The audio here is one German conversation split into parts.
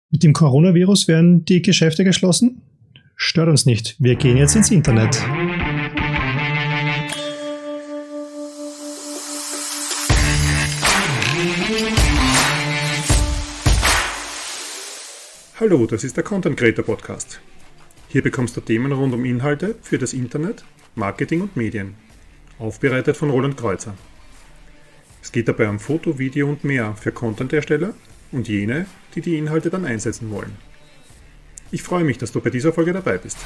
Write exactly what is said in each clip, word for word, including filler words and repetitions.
Mit dem Coronavirus werden die Geschäfte geschlossen? Stört uns nicht. Wir gehen jetzt ins Internet. Hallo, das ist der Content Creator Podcast. Hier bekommst du Themen rund um Inhalte für das Internet, Marketing und Medien. Aufbereitet von Roland Kreuzer. Es geht dabei um Foto, Video und mehr für Content-Ersteller und jene, die die Inhalte dann einsetzen wollen. Ich freue mich, dass du bei dieser Folge dabei bist.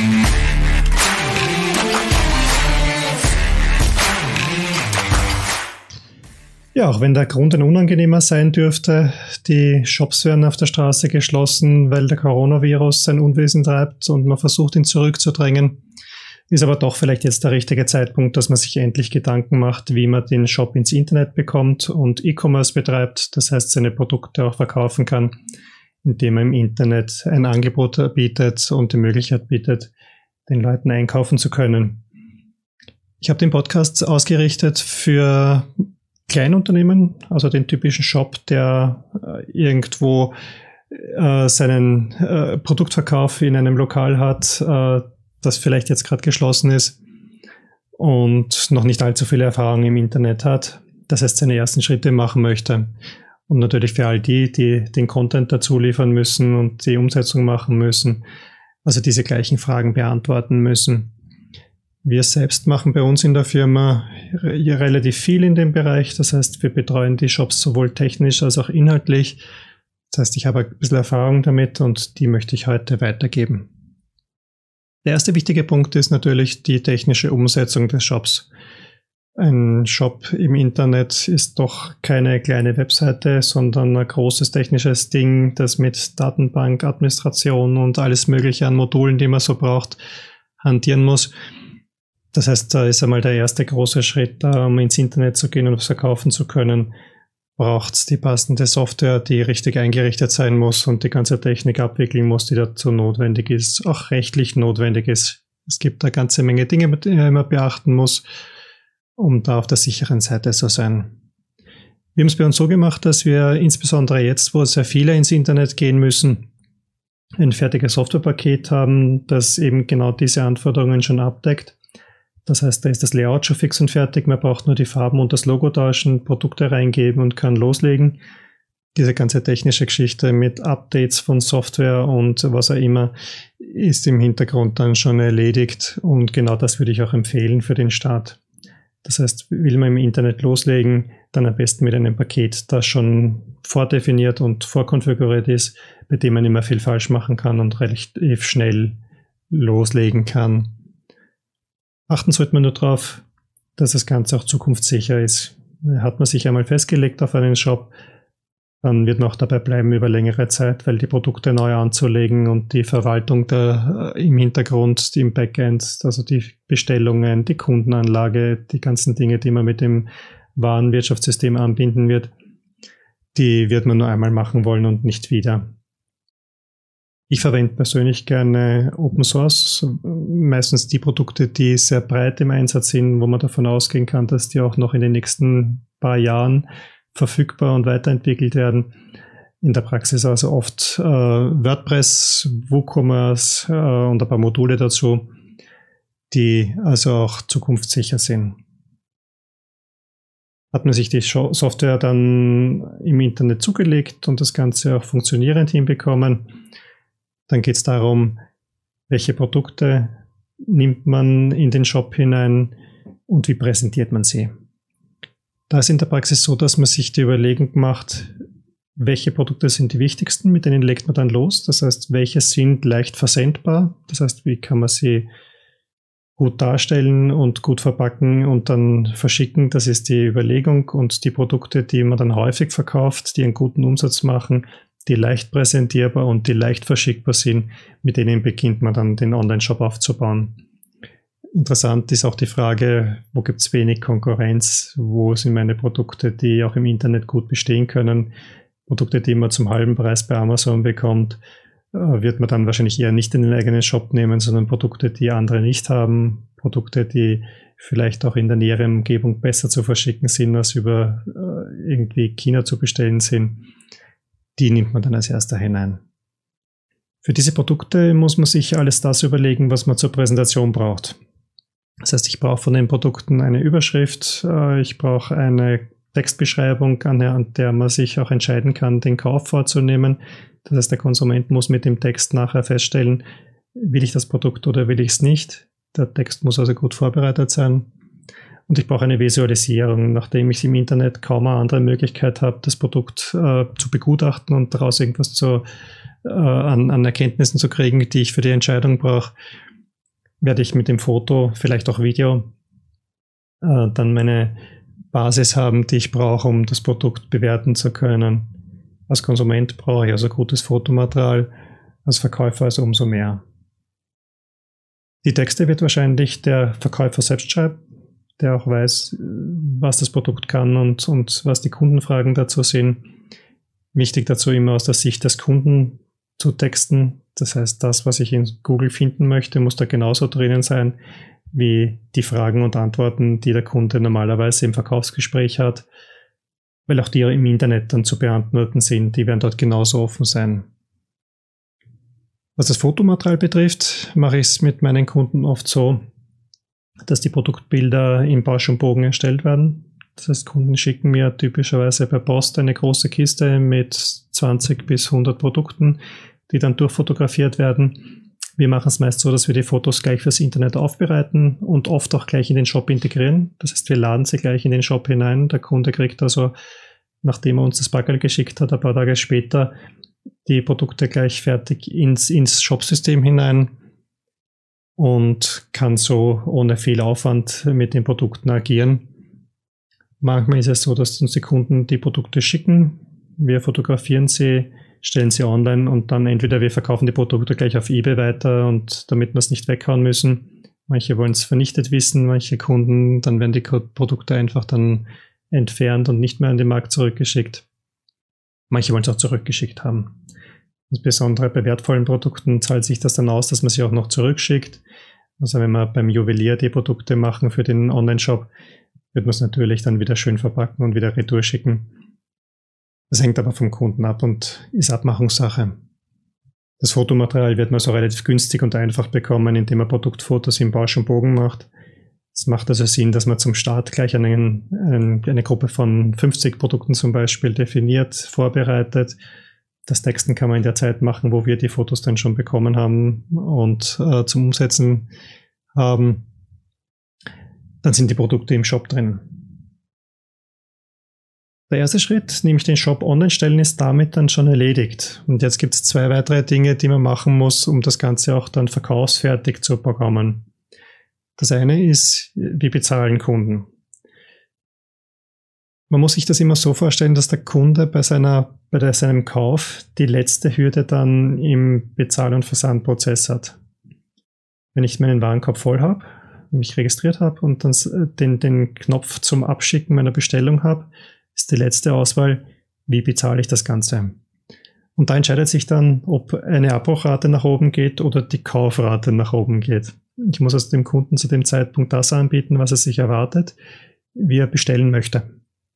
Ja, auch wenn der Grund ein unangenehmer sein dürfte, die Shops werden auf der Straße geschlossen, weil der Coronavirus sein Unwesen treibt und man versucht, ihn zurückzudrängen, ist aber doch vielleicht jetzt der richtige Zeitpunkt, dass man sich endlich Gedanken macht, wie man den Shop ins Internet bekommt und E-Commerce betreibt, das heißt seine Produkte auch verkaufen kann, indem man im Internet ein Angebot bietet und die Möglichkeit bietet, den Leuten einkaufen zu können. Ich habe den Podcast ausgerichtet für Kleinunternehmen, also den typischen Shop, der äh, irgendwo äh, seinen äh, Produktverkauf in einem Lokal hat, äh, das vielleicht jetzt gerade geschlossen ist und noch nicht allzu viele Erfahrungen im Internet hat, das heißt seine ersten Schritte machen möchte. Und natürlich für all die, die den Content dazu liefern müssen und die Umsetzung machen müssen, also diese gleichen Fragen beantworten müssen. Wir selbst machen bei uns in der Firma relativ viel in dem Bereich. Das heißt, wir betreuen die Shops sowohl technisch als auch inhaltlich. Das heißt, ich habe ein bisschen Erfahrung damit und die möchte ich heute weitergeben. Der erste wichtige Punkt ist natürlich die technische Umsetzung des Shops. Ein Shop im Internet ist doch keine kleine Webseite, sondern ein großes technisches Ding, das mit Datenbank, Administration und alles Mögliche an Modulen, die man so braucht, hantieren muss. Das heißt, da ist einmal der erste große Schritt, um ins Internet zu gehen und was verkaufen zu können, braucht es die passende Software, die richtig eingerichtet sein muss und die ganze Technik abwickeln muss, die dazu notwendig ist, auch rechtlich notwendig ist. Es gibt eine ganze Menge Dinge, die man beachten muss, um da auf der sicheren Seite zu sein. Wir haben es bei uns so gemacht, dass wir insbesondere jetzt, wo sehr viele ins Internet gehen müssen, ein fertiges Softwarepaket haben, das eben genau diese Anforderungen schon abdeckt. Das heißt, da ist das Layout schon fix und fertig, man braucht nur die Farben und das Logo tauschen, Produkte reingeben und kann loslegen. Diese ganze technische Geschichte mit Updates von Software und was auch immer ist im Hintergrund dann schon erledigt und genau das würde ich auch empfehlen für den Start. Das heißt, will man im Internet loslegen, dann am besten mit einem Paket, das schon vordefiniert und vorkonfiguriert ist, bei dem man immer viel falsch machen kann und relativ schnell loslegen kann. Achten sollte man nur darauf, dass das Ganze auch zukunftssicher ist. Hat man sich einmal festgelegt auf einen Shop, dann wird man auch dabei bleiben über längere Zeit, weil die Produkte neu anzulegen und die Verwaltung da im Hintergrund, im Backend, also die Bestellungen, die Kundenanlage, die ganzen Dinge, die man mit dem Warenwirtschaftssystem anbinden wird, die wird man nur einmal machen wollen und nicht wieder. Ich verwende persönlich gerne Open Source, meistens die Produkte, die sehr breit im Einsatz sind, wo man davon ausgehen kann, dass die auch noch in den nächsten paar Jahren verfügbar und weiterentwickelt werden. In der Praxis also oft äh, WordPress, WooCommerce äh, und ein paar Module dazu, die also auch zukunftssicher sind. Hat man sich die Software dann im Internet zugelegt und das Ganze auch funktionierend hinbekommen, dann geht es darum, welche Produkte nimmt man in den Shop hinein und wie präsentiert man sie. Da ist in der Praxis so, dass man sich die Überlegung macht, welche Produkte sind die wichtigsten, mit denen legt man dann los. Das heißt, welche sind leicht versendbar. Das heißt, wie kann man sie gut darstellen und gut verpacken und dann verschicken. Das ist die Überlegung. Und die Produkte, die man dann häufig verkauft, die einen guten Umsatz machen, die leicht präsentierbar und die leicht verschickbar sind, mit denen beginnt man dann den Online-Shop aufzubauen. Interessant ist auch die Frage, wo gibt es wenig Konkurrenz, wo sind meine Produkte, die auch im Internet gut bestehen können. Produkte, die man zum halben Preis bei Amazon bekommt, wird man dann wahrscheinlich eher nicht in den eigenen Shop nehmen, sondern Produkte, die andere nicht haben, Produkte, die vielleicht auch in der näheren Umgebung besser zu verschicken sind, als über irgendwie China zu bestellen sind. Die nimmt man dann als erster hinein. Für diese Produkte muss man sich alles das überlegen, was man zur Präsentation braucht. Das heißt, ich brauche von den Produkten eine Überschrift, ich brauche eine Textbeschreibung, an der man sich auch entscheiden kann, den Kauf vorzunehmen. Das heißt, der Konsument muss mit dem Text nachher feststellen, will ich das Produkt oder will ich es nicht. Der Text muss also gut vorbereitet sein. Und ich brauche eine Visualisierung, nachdem ich im Internet kaum eine andere Möglichkeit habe, das Produkt äh, zu begutachten und daraus irgendwas zu, äh, an, an Erkenntnissen zu kriegen, die ich für die Entscheidung brauche, werde ich mit dem Foto, vielleicht auch Video, äh, dann meine Basis haben, die ich brauche, um das Produkt bewerten zu können. Als Konsument brauche ich also gutes Fotomaterial, als Verkäufer also umso mehr. Die Texte wird wahrscheinlich der Verkäufer selbst schreiben, der auch weiß, was das Produkt kann und, und was die Kundenfragen dazu sind. Wichtig dazu immer aus der Sicht des Kunden zu texten. Das heißt, das, was ich in Google finden möchte, muss da genauso drinnen sein, wie die Fragen und Antworten, die der Kunde normalerweise im Verkaufsgespräch hat, weil auch die im Internet dann zu beantworten sind. Die werden dort genauso offen sein. Was das Fotomaterial betrifft, mache ich es mit meinen Kunden oft so, dass die Produktbilder im Bausch und Bogen erstellt werden. Das heißt, Kunden schicken mir typischerweise per Post eine große Kiste mit zwanzig bis hundert Produkten, die dann durchfotografiert werden. Wir machen es meist so, dass wir die Fotos gleich fürs Internet aufbereiten und oft auch gleich in den Shop integrieren. Das heißt, wir laden sie gleich in den Shop hinein. Der Kunde kriegt also, nachdem er uns das Packerl geschickt hat, ein paar Tage später die Produkte gleich fertig ins, ins Shopsystem hinein und kann so ohne viel Aufwand mit den Produkten agieren. Manchmal ist es so, dass uns die Kunden die Produkte schicken. Wir fotografieren sie, stellen sie online und dann entweder wir verkaufen die Produkte gleich auf eBay weiter und damit wir es nicht weghauen müssen. Manche wollen es vernichtet wissen, manche Kunden, dann werden die Produkte einfach dann entfernt und nicht mehr an den Markt zurückgeschickt. Manche wollen es auch zurückgeschickt haben. Insbesondere bei wertvollen Produkten zahlt sich das dann aus, dass man sie auch noch zurückschickt. Also wenn wir beim Juwelier die Produkte machen für den Online-Shop, wird man es natürlich dann wieder schön verpacken und wieder retour schicken. Das hängt aber vom Kunden ab und ist Abmachungssache. Das Fotomaterial wird man so relativ günstig und einfach bekommen, indem man Produktfotos im Bausch und Bogen macht. Es macht also Sinn, dass man zum Start gleich einen, einen, eine Gruppe von fünfzig Produkten zum Beispiel definiert, vorbereitet. Das Texten kann man in der Zeit machen, wo wir die Fotos dann schon bekommen haben und äh, zum Umsetzen haben. Dann sind die Produkte im Shop drin. Der erste Schritt, nämlich den Shop online stellen, ist damit dann schon erledigt. Und jetzt gibt es zwei weitere Dinge, die man machen muss, um das Ganze auch dann verkaufsfertig zu bekommen. Das eine ist, wir bezahlen Kunden. Man muss sich das immer so vorstellen, dass der Kunde bei, seiner, bei der, seinem Kauf die letzte Hürde dann im Bezahl- und Versandprozess hat. Wenn ich meinen Warenkorb voll habe, mich registriert habe und dann den, den Knopf zum Abschicken meiner Bestellung habe, ist die letzte Auswahl, wie bezahle ich das Ganze. Und da entscheidet sich dann, ob eine Abbruchrate nach oben geht oder die Kaufrate nach oben geht. Ich muss also dem Kunden zu dem Zeitpunkt das anbieten, was er sich erwartet, wie er bestellen möchte.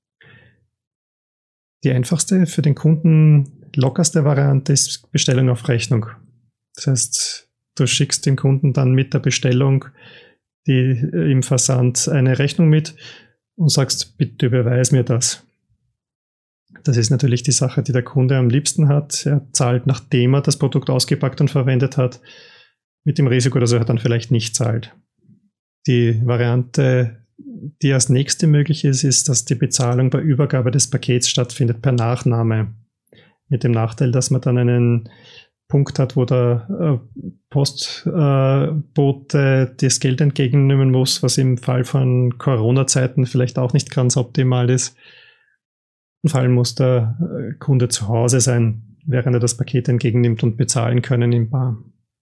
Die einfachste, für den Kunden lockerste Variante ist Bestellung auf Rechnung. Das heißt, du schickst dem Kunden dann mit der Bestellung die, im Versand eine Rechnung mit und sagst, bitte überweis mir das. Das ist natürlich die Sache, die der Kunde am liebsten hat. Er zahlt, nachdem er das Produkt ausgepackt und verwendet hat, mit dem Risiko, dass er dann vielleicht nicht zahlt. Die Variante, die als nächste möglich ist, ist, dass die Bezahlung bei Übergabe des Pakets stattfindet per Nachname. Mit dem Nachteil, dass man dann einen Punkt hat, wo der äh, Postbote äh, das Geld entgegennehmen muss, was im Fall von Corona-Zeiten vielleicht auch nicht ganz optimal ist. Im Fall muss der äh, Kunde zu Hause sein, während er das Paket entgegennimmt und bezahlen können im Bar.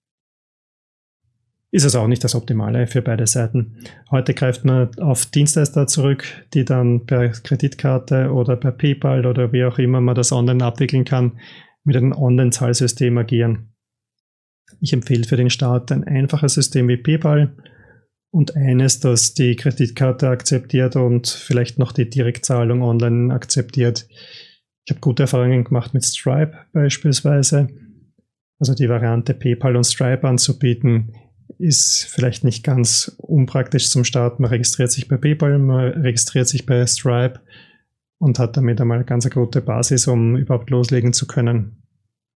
Ist es auch nicht das Optimale für beide Seiten. Heute greift man auf Dienstleister zurück, die dann per Kreditkarte oder per PayPal oder wie auch immer man das online abwickeln kann, mit einem Online-Zahlsystem agieren. Ich empfehle für den Start ein einfaches System wie PayPal und eines, das die Kreditkarte akzeptiert und vielleicht noch die Direktzahlung online akzeptiert. Ich habe gute Erfahrungen gemacht mit Stripe beispielsweise. Also die Variante PayPal und Stripe anzubieten, ist vielleicht nicht ganz unpraktisch zum Start. Man registriert sich bei PayPal, man registriert sich bei Stripe und hat damit einmal eine ganz gute Basis, um überhaupt loslegen zu können.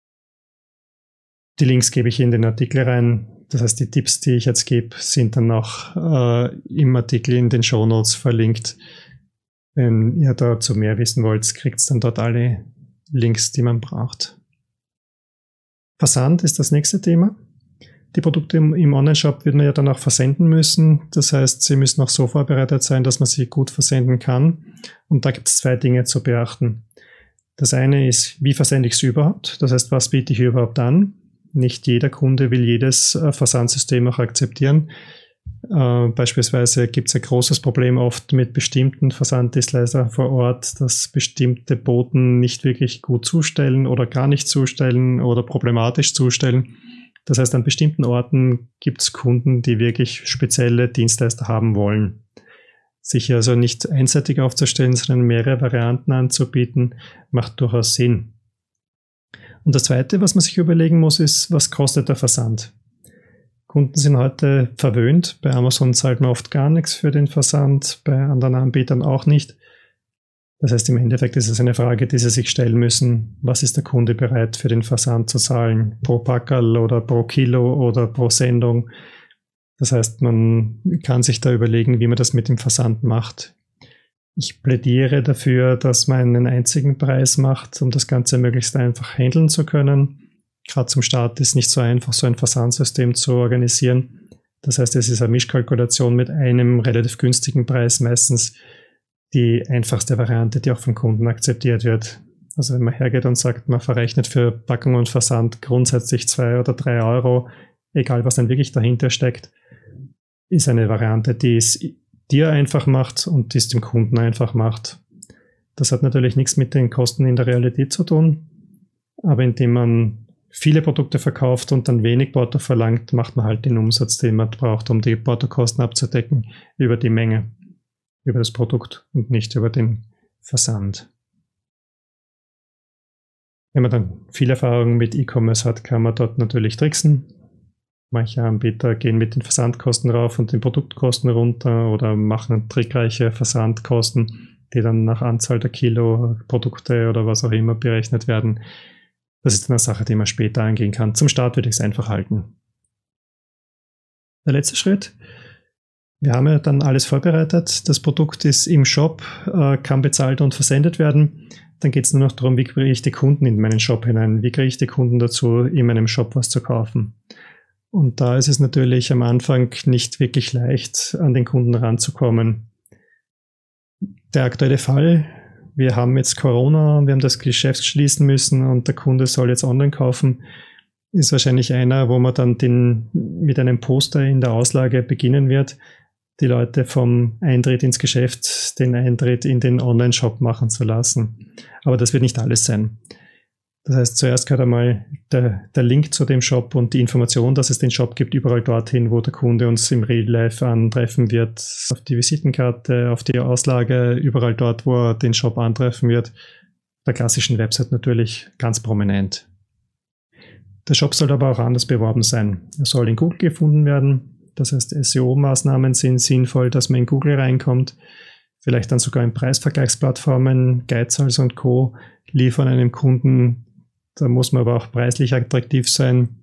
Die Links gebe ich in den Artikel rein. Das heißt, die Tipps, die ich jetzt gebe, sind dann auch äh, im Artikel in den Shownotes verlinkt. Wenn ihr dazu mehr wissen wollt, kriegt ihr dann dort alle Links, die man braucht. Versand ist das nächste Thema. Die Produkte im, im Online-Shop wird man ja dann auch versenden müssen. Das heißt, sie müssen auch so vorbereitet sein, dass man sie gut versenden kann. Und da gibt es zwei Dinge zu beachten. Das eine ist, wie versende ich es überhaupt? Das heißt, was biete ich überhaupt an? Nicht jeder Kunde will jedes äh, Versandsystem auch akzeptieren. Äh, beispielsweise gibt es ein großes Problem oft mit bestimmten Versanddienstleistern vor Ort, dass bestimmte Boten nicht wirklich gut zustellen oder gar nicht zustellen oder problematisch zustellen. Das heißt, an bestimmten Orten gibt es Kunden, die wirklich spezielle Dienstleister haben wollen. Sich also nicht einseitig aufzustellen, sondern mehrere Varianten anzubieten, macht durchaus Sinn. Und das Zweite, was man sich überlegen muss, ist, was kostet der Versand? Kunden sind heute verwöhnt. Bei Amazon zahlt man oft gar nichts für den Versand, bei anderen Anbietern auch nicht. Das heißt, im Endeffekt ist es eine Frage, die Sie sich stellen müssen. Was ist der Kunde bereit für den Versand zu zahlen? Pro Packerl oder pro Kilo oder pro Sendung? Das heißt, man kann sich da überlegen, wie man das mit dem Versand macht. Ich plädiere dafür, dass man einen einzigen Preis macht, um das Ganze möglichst einfach handeln zu können. Gerade zum Start ist nicht so einfach, so ein Versandsystem zu organisieren. Das heißt, es ist eine Mischkalkulation mit einem relativ günstigen Preis, meistens die einfachste Variante, die auch vom Kunden akzeptiert wird. Also wenn man hergeht und sagt, man verrechnet für Packung und Versand grundsätzlich zwei oder drei Euro, egal was dann wirklich dahinter steckt, ist eine Variante, die es dir einfach macht und die es dem Kunden einfach macht. Das hat natürlich nichts mit den Kosten in der Realität zu tun, aber indem man viele Produkte verkauft und dann wenig Porto verlangt, macht man halt den Umsatz, den man braucht, um die Portokosten abzudecken, über die Menge, über das Produkt und nicht über den Versand. Wenn man dann viel Erfahrung mit E-Commerce hat, kann man dort natürlich tricksen. Manche Anbieter gehen mit den Versandkosten rauf und den Produktkosten runter oder machen trickreiche Versandkosten, die dann nach Anzahl der Kilo Produkte oder was auch immer berechnet werden. Das ist eine Sache, die man später angehen kann. Zum Start würde ich es einfach halten. Der letzte Schritt. Wir haben ja dann alles vorbereitet. Das Produkt ist im Shop, äh, kann bezahlt und versendet werden. Dann geht es nur noch darum, wie kriege ich die Kunden in meinen Shop hinein? Wie kriege ich die Kunden dazu, in meinem Shop was zu kaufen? Und da ist es natürlich am Anfang nicht wirklich leicht, an den Kunden ranzukommen. Der aktuelle Fall, wir haben jetzt Corona, wir haben das Geschäft schließen müssen und der Kunde soll jetzt online kaufen, ist wahrscheinlich einer, wo man dann den, mit einem Poster in der Auslage beginnen wird, die Leute vom Eintritt ins Geschäft den Eintritt in den Online-Shop machen zu lassen. Aber das wird nicht alles sein. Das heißt, zuerst gehört einmal der, der Link zu dem Shop und die Information, dass es den Shop gibt, überall dorthin, wo der Kunde uns im Real Life antreffen wird, auf die Visitenkarte, auf die Auslage, überall dort, wo er den Shop antreffen wird. Der klassischen Website natürlich ganz prominent. Der Shop soll aber auch anders beworben sein. Er soll in Google gefunden werden. Das heißt, S E O-Maßnahmen sind sinnvoll, dass man in Google reinkommt. Vielleicht dann sogar in Preisvergleichsplattformen, Geizhals und Co. liefern einem Kunden. Da muss man aber auch preislich attraktiv sein.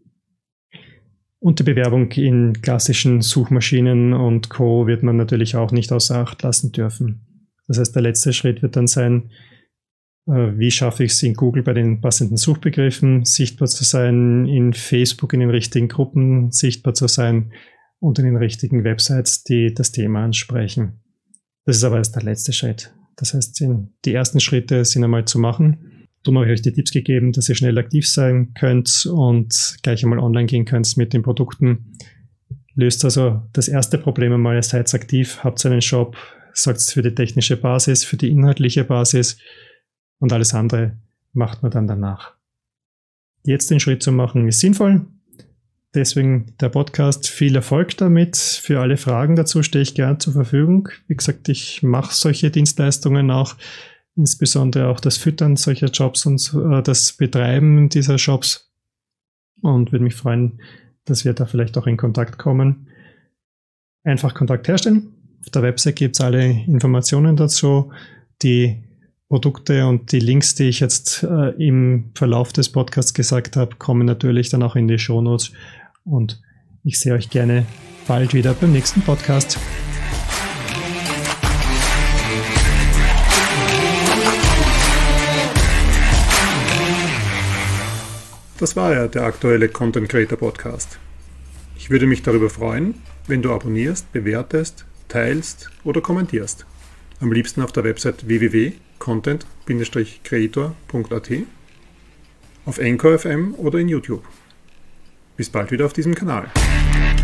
Und die Bewerbung in klassischen Suchmaschinen und Co. wird man natürlich auch nicht außer Acht lassen dürfen. Das heißt, der letzte Schritt wird dann sein, wie schaffe ich es in Google bei den passenden Suchbegriffen sichtbar zu sein, in Facebook in den richtigen Gruppen sichtbar zu sein und in den richtigen Websites, die das Thema ansprechen. Das ist aber erst der letzte Schritt. Das heißt, die ersten Schritte sind einmal zu machen. Darum habe ich euch die Tipps gegeben, dass ihr schnell aktiv sein könnt und gleich einmal online gehen könnt mit den Produkten. Löst also das erste Problem einmal, seid aktiv, habt einen Shop, sorgt für die technische Basis, für die inhaltliche Basis und alles andere macht man dann danach. Jetzt den Schritt zu machen ist sinnvoll. Deswegen der Podcast. Viel Erfolg damit. Für alle Fragen dazu stehe ich gern zur Verfügung. Wie gesagt, ich mache solche Dienstleistungen auch, insbesondere auch das Füttern solcher Jobs und das Betreiben dieser Shops. und würde mich freuen, dass wir da vielleicht auch in Kontakt kommen. Einfach Kontakt herstellen. Auf der Website gibt es alle Informationen dazu. Die Produkte und die Links, die ich jetzt äh, im Verlauf des Podcasts gesagt habe, kommen natürlich dann auch in die Shownotes. Und ich sehe euch gerne bald wieder beim nächsten Podcast. Das war ja der aktuelle Content Creator Podcast. Ich würde mich darüber freuen, wenn du abonnierst, bewertest, teilst oder kommentierst. Am liebsten auf der Website w w w punkt content creator punkt a t, auf Anchor F M oder in YouTube. Bis bald wieder auf diesem Kanal.